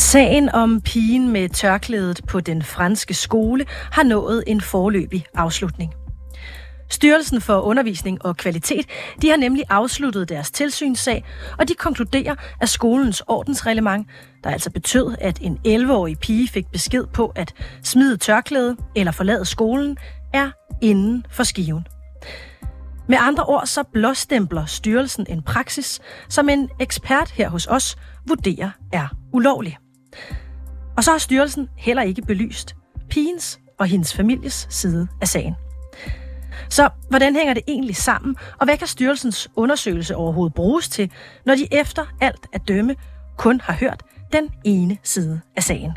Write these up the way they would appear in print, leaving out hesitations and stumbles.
Sagen om pigen med tørklædet på den franske skole har nået en foreløbig afslutning. Styrelsen for Undervisning og Kvalitet, de har nemlig afsluttet deres tilsynssag, og de konkluderer, at skolens ordensreglement, der altså betød, at en 11-årig pige fik besked på at smide tørklæde eller forlade skolen, er inden for skiven. Med andre ord så blåstempler styrelsen en praksis, som en ekspert her hos os vurderer er ulovlig. Og så har styrelsen heller ikke belyst pigens og hendes families side af sagen. Så hvordan hænger det egentlig sammen, og hvad kan styrelsens undersøgelse overhovedet bruges til, når de efter alt at dømme kun har hørt den ene side af sagen?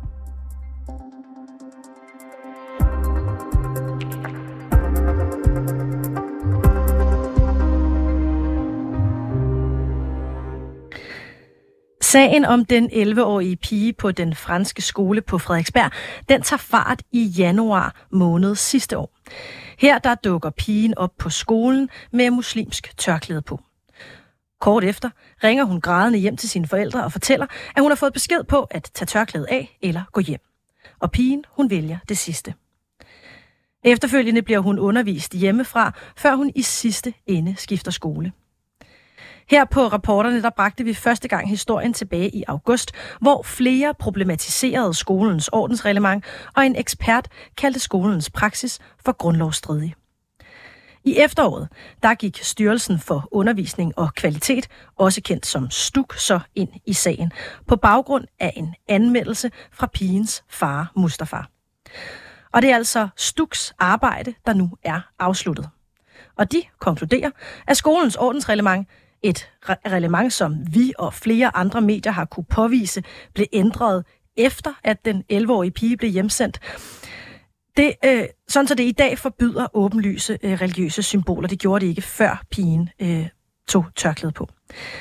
Sagen om den 11-årige pige på den franske skole på Frederiksberg, den tager fart i januar måned sidste år. Her der dukker pigen op på skolen med muslimsk tørklæde på. Kort efter ringer hun grædende hjem til sine forældre og fortæller, at hun har fået besked på at tage tørklædet af eller gå hjem. Og pigen, hun vælger det sidste. Efterfølgende bliver hun undervist hjemmefra, før hun i sidste ende skifter skole. Her på Reporterne, der bragte vi første gang historien tilbage i august, hvor flere problematiserede skolens ordensreglement, og en ekspert kaldte skolens praksis for grundlovsstridig. I efteråret, der gik Styrelsen for Undervisning og Kvalitet, også kendt som STUK, så ind i sagen, på baggrund af en anmeldelse fra pigens far Mustafa. Og det er altså STUKs arbejde, der nu er afsluttet. Og de konkluderer, at skolens ordensreglement, et reglement, som vi og flere andre medier har kunne påvise, blev ændret efter, at den 11-årige pige blev hjemsendt. Sådan så det i dag forbyder åbenlyse religiøse symboler. Det gjorde det ikke, før pigen tog tørklæde på.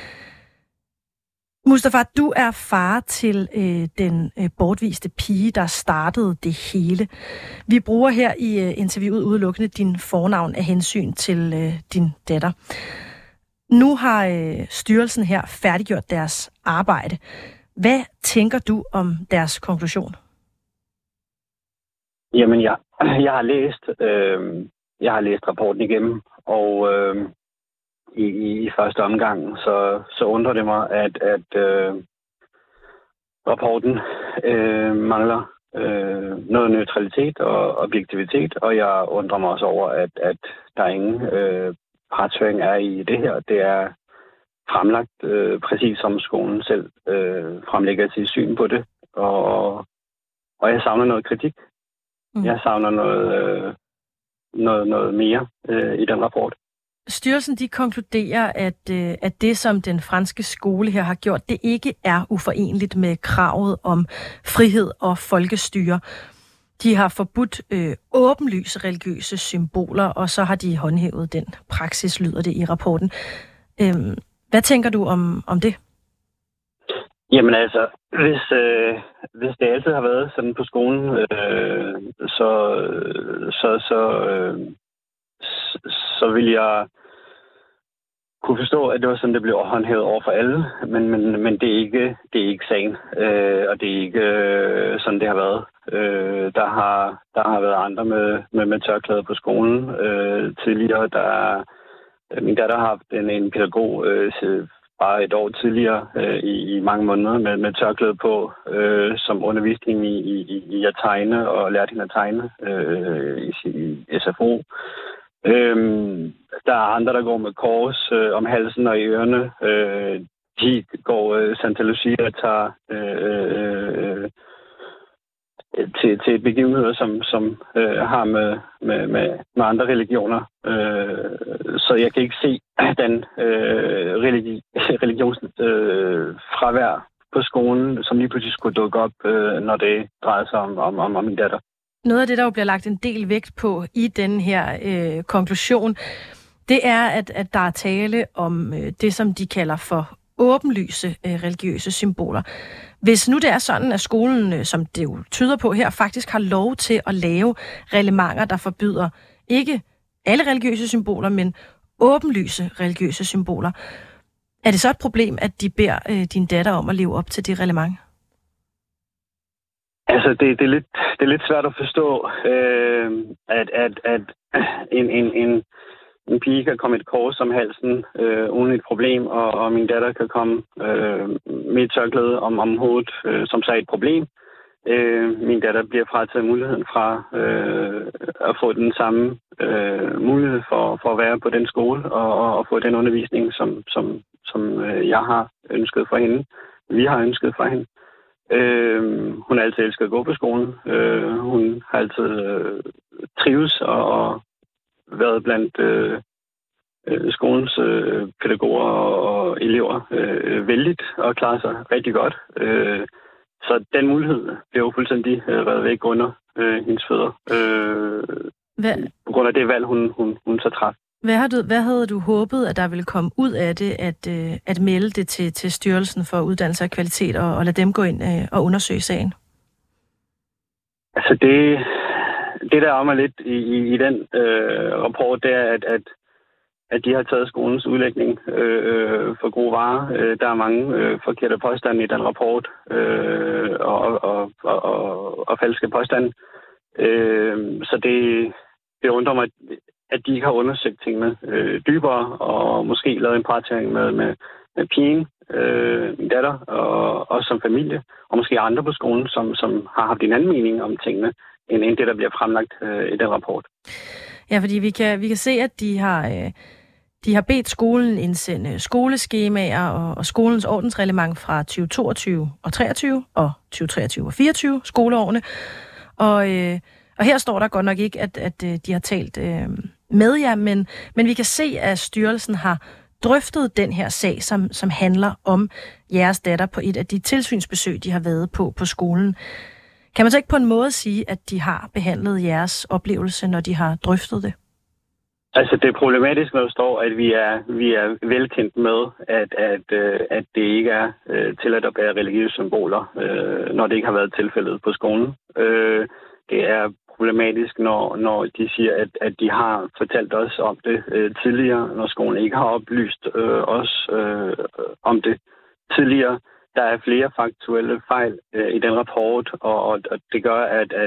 Mustafa, du er far til den bortviste pige, der startede det hele. Vi bruger her i interviewet udelukkende din fornavn af hensyn til din datter. Nu har styrelsen her færdiggjort deres arbejde. Hvad tænker du om deres konklusion? Jamen, jeg har læst rapporten igennem, og i første omgang så undrer det mig, at rapporten mangler noget neutralitet og objektivitet, og jeg undrer mig også over, at der er ingen retsføring er i det her. Det er fremlagt præcis som skolen selv fremlægger sit syn på det, og jeg savner noget kritik. Jeg savner noget mere i den rapport. Styrelsen de konkluderer, at det, som den franske skole her har gjort, det ikke er uforenligt med kravet om frihed og folkestyre. De har forbudt åbenlyse religiøse symboler, og så har de håndhævet den praksis, lyder det i rapporten. Hvad tænker du om det? Jamen altså, hvis det altid har været sådan på skolen, så vil jeg kunne forstå, at det var sådan, det blev håndhævet over for alle, men det er ikke sagen, og det er ikke sådan, det har været. Der har været andre med tørklæder på skolen tidligere. Min datter har haft en pædagog bare et år tidligere i mange måneder med tørklæde på som undervisning i at tegne, og lærte hende at tegne i SFO. Der er andre, der går med kors om halsen og i ørerne. De går Santa Lucia og tager til et begivenheder, som har med andre religioner. Så jeg kan ikke se den religionsfravær på skolen, som lige pludselig skulle dukke op, når det drejer sig om min datter. Noget af det, der jo bliver lagt en del vægt på i den her konklusion, det er, at der er tale om det, som de kalder for åbenlyse religiøse symboler. Hvis nu det er sådan, at skolen, som det jo tyder på her, faktisk har lov til at lave reglementer, der forbyder ikke alle religiøse symboler, men åbenlyse religiøse symboler, er det så et problem, at de beder din datter om at leve op til det reglement? Altså, det er lidt svært at forstå, at en pige kan komme et kors om halsen uden et problem, og min datter kan komme med et tørklæde om hovedet, som så er et problem. Min datter bliver frataget muligheden fra at få den samme mulighed for at være på den skole og få den undervisning, som jeg har ønsket for hende. Vi har ønsket for hende. Hun har altid elsket at gå på skolen. Hun har altid trives og været blandt skolens pædagoger og elever vældigt og klarer sig rigtig godt. Så den mulighed blev jo fuldstændig revet væk under hendes fødder. På grund af det valg, hun så traf. Hvad havde du håbet, at der ville komme ud af det, at melde det til Styrelsen for Uddannelse og Kvalitet, og lade dem gå ind og undersøge sagen? Altså det der er mig lidt i den rapport, det er, at de har taget skolens udlægning for gode varer. Der er mange forkerte påstande i den rapport, og falske påstande. Så det undrer mig, at de ikke har undersøgt tingene dybere, og måske lavet en partering med pigen, min datter, og som familie, og måske andre på skolen, som har haft en anden mening om tingene, end det, der bliver fremlagt i den rapport. Ja, fordi vi kan se, at de har bedt skolen indsende skoleskemaer og skolens ordensreglement fra 2022 og 23 og 2023 og 24 skoleårene. Og her står der godt nok ikke, at de har talt med jer, men vi kan se, at styrelsen har drøftet den her sag, som handler om jeres datter på et af de tilsynsbesøg, de har været på skolen. Kan man så ikke på en måde sige, at de har behandlet jeres oplevelse, når de har drøftet det? Altså, det er problematisk, når der står, at vi er velkendt med, at det ikke er tilladt at bære religiøse symboler, når det ikke har været tilfældet på skolen. Det er problematisk, når de siger, at de har fortalt os om det tidligere, når skolen ikke har oplyst os om det tidligere. Der er flere faktuelle fejl i den rapport, og det gør,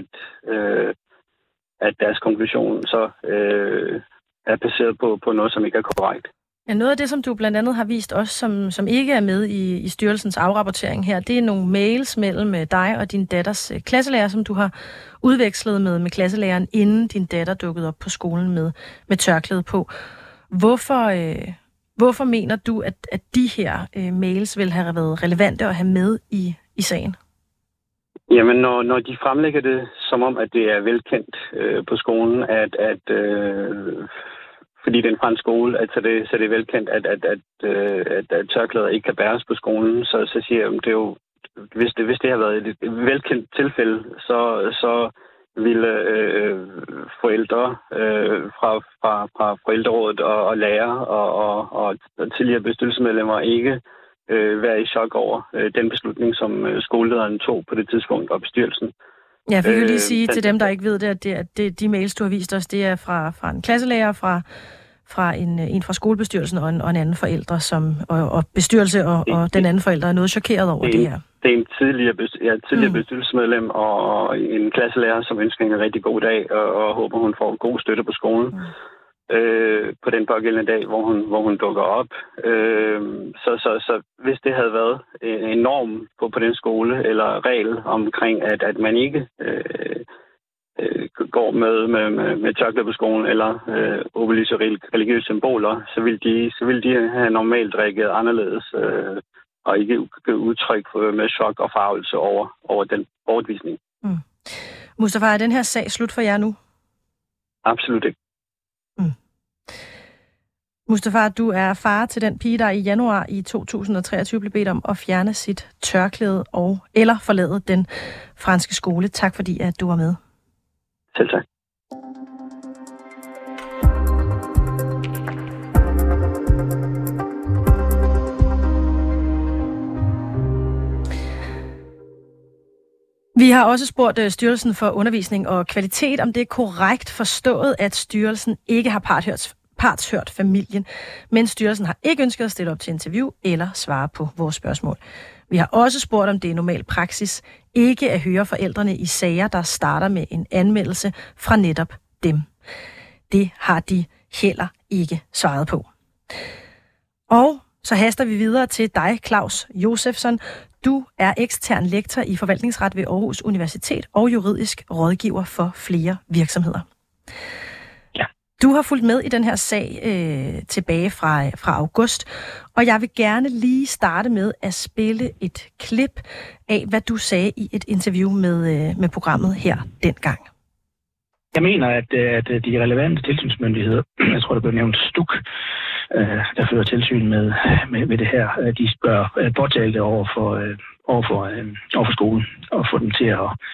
at deres konklusion så er baseret på noget, som ikke er korrekt. Ja, noget af det, som du blandt andet har vist os, som ikke er med i styrelsens afrapportering her, det er nogle mails mellem dig og din datters klasselærer, som du har udvekslet med klasselæreren, inden din datter dukkede op på skolen med tørklæde på. Hvorfor mener du, at de her mails vil have været relevante at have med i sagen? Jamen, når de fremlægger det som om, at det er velkendt på skolen, at fordi det er en fransk skole, så det er velkendt, at tørklæder ikke kan bæres på skolen, så siger jeg, det er jo, hvis det har været et velkendt tilfælde, så ville forældre fra forældrerådet og lærere og tidligere bestyrelsesmedlemmer ikke være i chok over den beslutning, som skolelederen tog på det tidspunkt, og bestyrelsen. Ja, for jeg vil lige sige til dem, der ikke ved det, at de mails, du har vist os, det er fra en klasselærer, fra en fra skolebestyrelsen og en anden forældre, og bestyrelse og den anden forælder er noget chokeret over det her. Det er en tidligere bestyrelsesmedlem og en klasselærer, som ønsker en rigtig god dag, og håber, hun får god støtte på skolen. På den pågældende dag, hvor hun dukker op. Så hvis det havde været en norm på den skole, eller regel omkring, at man ikke går med tørklæde på skolen, eller oplyser religiøse symboler, så vil de have normalt reageret anderledes, og ikke udtryk med chok og forargelse over den overbevisning. Mustafa, er den her sag slut for jer nu? Absolut ikke. Mustafa, du er far til den pige, der i januar i 2023 blev bedt om at fjerne sit tørklæde eller forlade den franske skole. Tak fordi, at du var med. Selv tak. Vi har også spurgt Styrelsen for Undervisning og Kvalitet, om det er korrekt forstået, at styrelsen ikke har partshørt familien, men styrelsen har ikke ønsket at stille op til interview eller svare på vores spørgsmål. Vi har også spurgt, om det er normal praksis ikke at høre forældrene i sager, der starter med en anmeldelse fra netop dem. Det har de heller ikke svaret på. Og så haster vi videre til dig, Claus Josefsson. Du er ekstern lektor i forvaltningsret ved Aarhus Universitet og juridisk rådgiver for flere virksomheder. Ja. Du har fulgt med i den her sag tilbage fra august, og jeg vil gerne lige starte med at spille et klip af, hvad du sagde i et interview med programmet her dengang. Jeg mener, at de relevante tilsynsmyndigheder, jeg tror, der blev nævnt STUK, der fører tilsyn med det her, de bør påtale det over for skolen og få dem til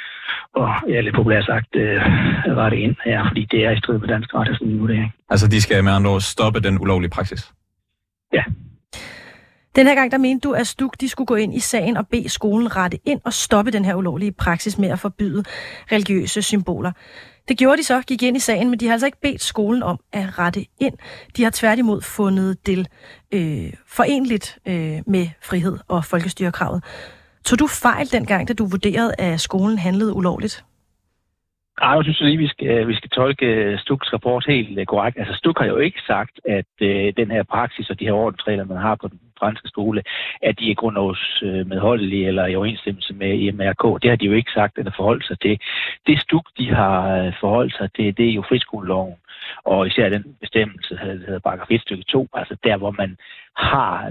at lidt populært sagt, rette ind her, fordi det er i strid med dansk ret efter min vurdering. Altså, de skal med andre ord stoppe den ulovlige praksis? Ja. Den her gang, der mente du, at STUK de skulle gå ind i sagen og bede skolen rette ind og stoppe den her ulovlige praksis med at forbyde religiøse symboler. Det gjorde de så, gik ind i sagen, men de har altså ikke bedt skolen om at rette ind. De har tværtimod fundet det forenligt med frihed og folkestyrekravet. Tog du fejl dengang, da du vurderede, at skolen handlede ulovligt? Nej, jeg synes lige, vi skal tolke STUKs rapport helt korrekt. Altså, STUK har jo ikke sagt, at den her praksis og de her ordensregler, man har på den franske skole, at de er grundlovsmedholdelige eller i overensstemmelse med EMRK. Det har de jo ikke sagt eller forholdt sig til. Det STUK, de har forholdt sig til, det er jo friskoleloven. Og især den bestemmelse, der hedder paragraf 1 stykke 2, altså der, hvor man har,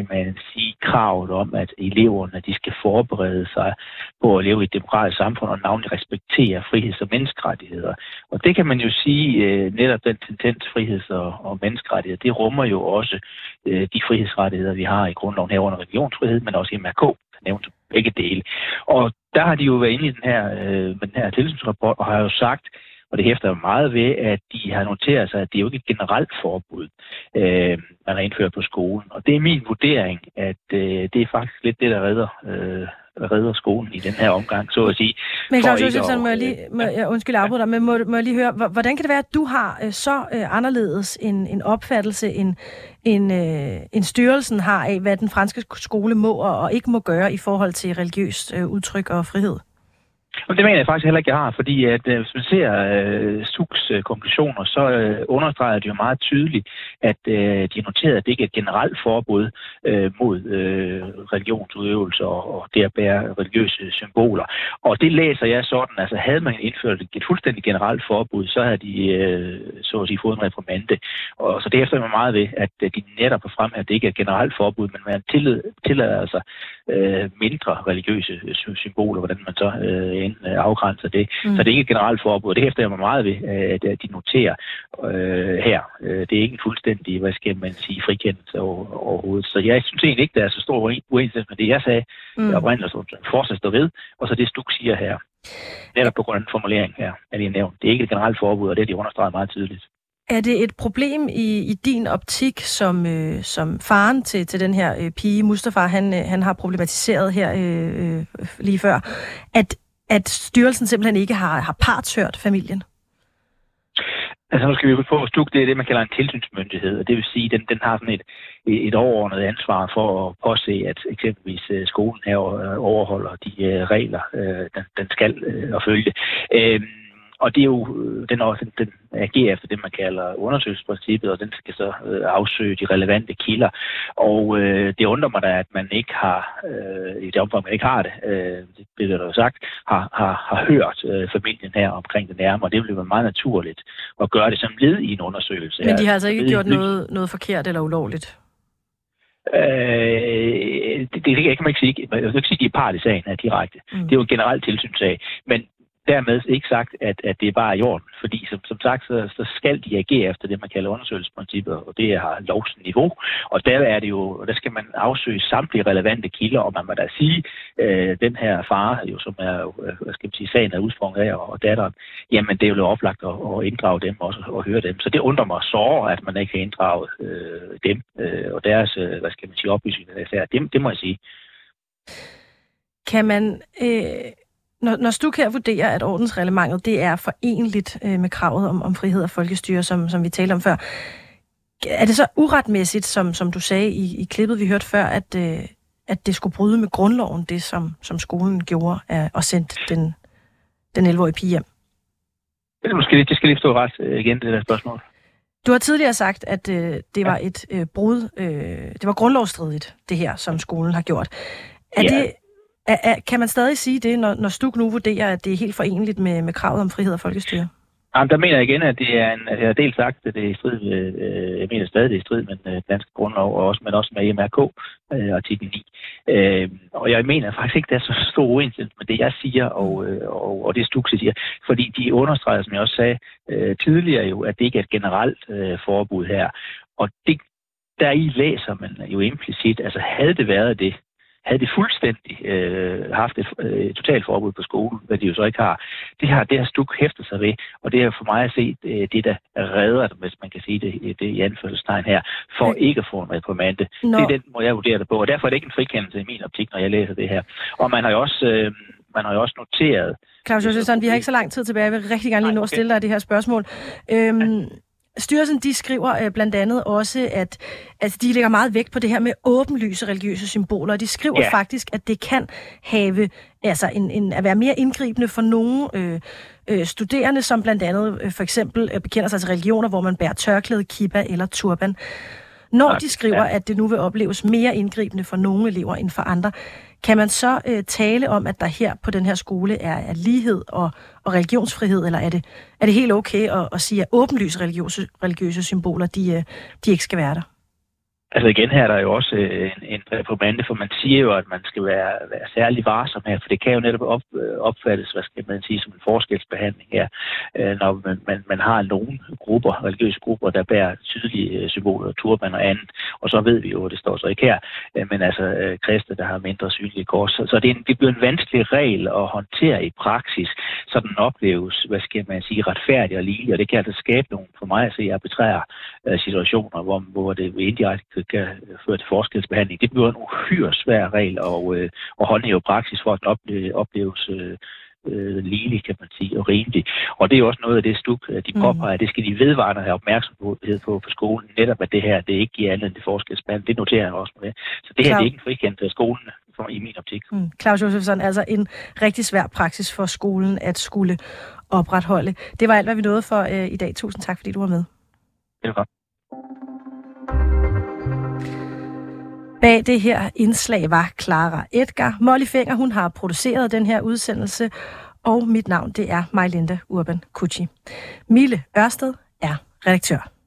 kravet om, at eleverne, de skal forberede sig på at leve i et demokratisk samfund og navnlig respektere friheds- og menneskerettigheder. Og det kan man jo sige, netop den tendens friheds- og menneskerettigheder, det rummer jo også de frihedsrettigheder, vi har i grundloven herunder religionsfrihed, men også i MRK, nævnt begge dele. Og der har de jo været inde i den her tilsynsrapport og har jo sagt, og det hæfter meget ved, at de har noteret sig, at det er jo ikke et generelt forbud, man har indført på skolen. Og det er min vurdering, at det er faktisk lidt det, der redder skolen i den her omgang, så at sige. Men Claus Josefsson, må jeg lige høre, hvordan kan det være, at du har så anderledes en opfattelse, en styrelsen har af, hvad den franske skole må og ikke må gøre i forhold til religiøst udtryk og frihed? Og det mener jeg faktisk heller ikke, jeg har, fordi at hvis man ser STUKs konklusioner, så understreger det jo meget tydeligt, at de har noteret, at det ikke er et generelt forbud mod religionsudøvelse og det at bære religiøse symboler. Og det læser jeg sådan, altså havde man indført et fuldstændig generelt forbud, så havde de så at sige fået en reprimande. Og så det hæfter mig meget ved, at de netop har fremhævet, at det ikke er et generelt forbud, men man tillader altså mindre religiøse symboler, hvordan man så afgrænser det. Så det er ikke et generelt forbud. Det hæfter jeg mig meget ved, at de noterer her. Det er ikke en fuldstændig, frikendelse overhovedet. Så jeg synes egentlig ikke, der er så stor uenighed med det, jeg sagde, oprindeligt fortsat står ved, og så det STUK siger her. Netop på grund af den formulering her, er det nævnt. Det er ikke et generelt forbud, og det er de understreget meget tydeligt. Er det et problem i din optik, som faren til den her pige, Mustafa, han har problematiseret her lige før, at styrelsen simpelthen ikke har partshørt familien? Altså nu skal vi på STUK, det er det, man kalder en tilsynsmyndighed, og det vil sige, at den har sådan et overordnet ansvar for at påse, at eksempelvis skolen her overholder de regler, den skal følge. Og det er jo, den agerer efter det, man kalder undersøgelsesprincippet, og den skal så afsøge de relevante kilder. Og det undrer mig da, at man ikke har, i det omfang man ikke har det, det bliver der jo sagt, har hørt familien her omkring det nærmere. Det ville være meget naturligt at gøre det som led i en undersøgelse. Men de har altså ikke gjort noget forkert eller ulovligt? Det kan man ikke sige. Jeg vil ikke sige, at de er part i sagen her direkte. Det er jo en generelt tilsynssag. Men dermed ikke sagt, at det er bare i orden, fordi som sagt, så skal de agere efter det, man kalder undersøgelsesprincippet, og det har lovsniveau, og der skal man afsøge samtlige relevante kilder, og man må da sige, den her far, jo, som er, sagen er udsprunget af, og datteren, jamen det er jo oplagt at inddrage dem også, og høre dem. Så det undrer mig såre, at man ikke har inddraget dem, og deres, oplysninger, det må jeg sige. Kan man... Når STUK her vurderer, at ordensreglementet det er forenligt med kravet om frihed og folkestyre, som vi talte om før, er det så uretmæssigt, som du sagde i klippet, vi hørte før, at det skulle bryde med grundloven, det som skolen gjorde, og sendte den 11-årige pige hjem? Det skal lige stå ret igen, det der spørgsmål. Du har tidligere sagt, at det var et brud, det var grundlovsstridigt, det her, som skolen har gjort. Kan man stadig sige det, når STUK nu vurderer, at det er helt forenligt med kravet om frihed og folkestyre? Jamen, der mener jeg igen, at det er jeg har dels sagt, at det er i strid med, jeg mener stadig, det er i strid med den danske grundlov, men også med MRK, artikel 9. Og jeg mener faktisk ikke, der er så stor uenighed med det, jeg siger, og det STUK siger, fordi de understreger, som jeg også sagde tidligere jo, at det ikke er et generelt forbud her. Og det, der i læser man jo implicit, altså havde det været det, havde det fuldstændig haft et totalt forbud på skolen, hvad de jo så ikke har. Det har STUK hæftet sig ved, og det er for mig at se det, der redder dem, hvis man kan sige det i anførselstegn her, for ikke at få en reprimande. Det er den, må jeg vurdere det på, og derfor er det ikke en frikendelse i min optik, når jeg læser det her. Og man har jo også noteret... Claus Josefsson, vi har ikke så lang tid tilbage. Jeg vil rigtig gerne lige nå at stille dig det her spørgsmål. Styrelsen, de skriver blandt andet også, at de lægger meget vægt på det her med åbenlyse religiøse symboler, og de skriver faktisk, at det kan have at være mere indgribende for nogle studerende, som blandt andet for eksempel bekender sig til religioner, hvor man bærer tørklæde, kippa eller turban. Når de skriver, at det nu vil opleves mere indgribende for nogle elever end for andre, kan man så tale om, at der her på den her skole er lighed og religionsfrihed, eller er det helt okay at sige, at åbenlyse religiøse symboler, de ikke skal være der? Altså igen her er der jo også en reprimande, for man siger jo, at man skal være særlig varsom her, for det kan jo netop opfattes, hvad skal man sige, som en forskelsbehandling her, når man har nogle grupper, religiøse grupper, der bærer tydelige symboler, turban og andet, og så ved vi jo, det står så ikke her, men altså kristne, der har mindre synlige kors. Så det bliver en vanskelig regel at håndtere i praksis, så den opleves, hvad skal man sige, retfærdig og ligelig, og det kan altså skabe nogle, for mig at se, arbitrære situationer, hvor det indirekte kan føre til forskelsbehandling. Det bliver en uhyre svær regel at håndhæve praksis for, at den opleves ligelig, kan man sige, og rimelig. Og det er jo også noget af det STUK, de påpeger, det skal de vedvarende have opmærksomhed på skolen, netop at det her, det ikke giver andet end forskelsbehandling. Det noterer jeg også med. Så det her, det er ikke en frikendt af skolen, i min optik. Claus Josefsson, altså en rigtig svær praksis for skolen at skulle opretholde. Det var alt, hvad vi nåede for i dag. Tusind tak, fordi du var med. Velkommen. Bag det her indslag var Clara Edgar. Molly Fenger, hun har produceret den her udsendelse, og mit navn, det er Majlinda Urban Kucci. Mille Ørsted er redaktør.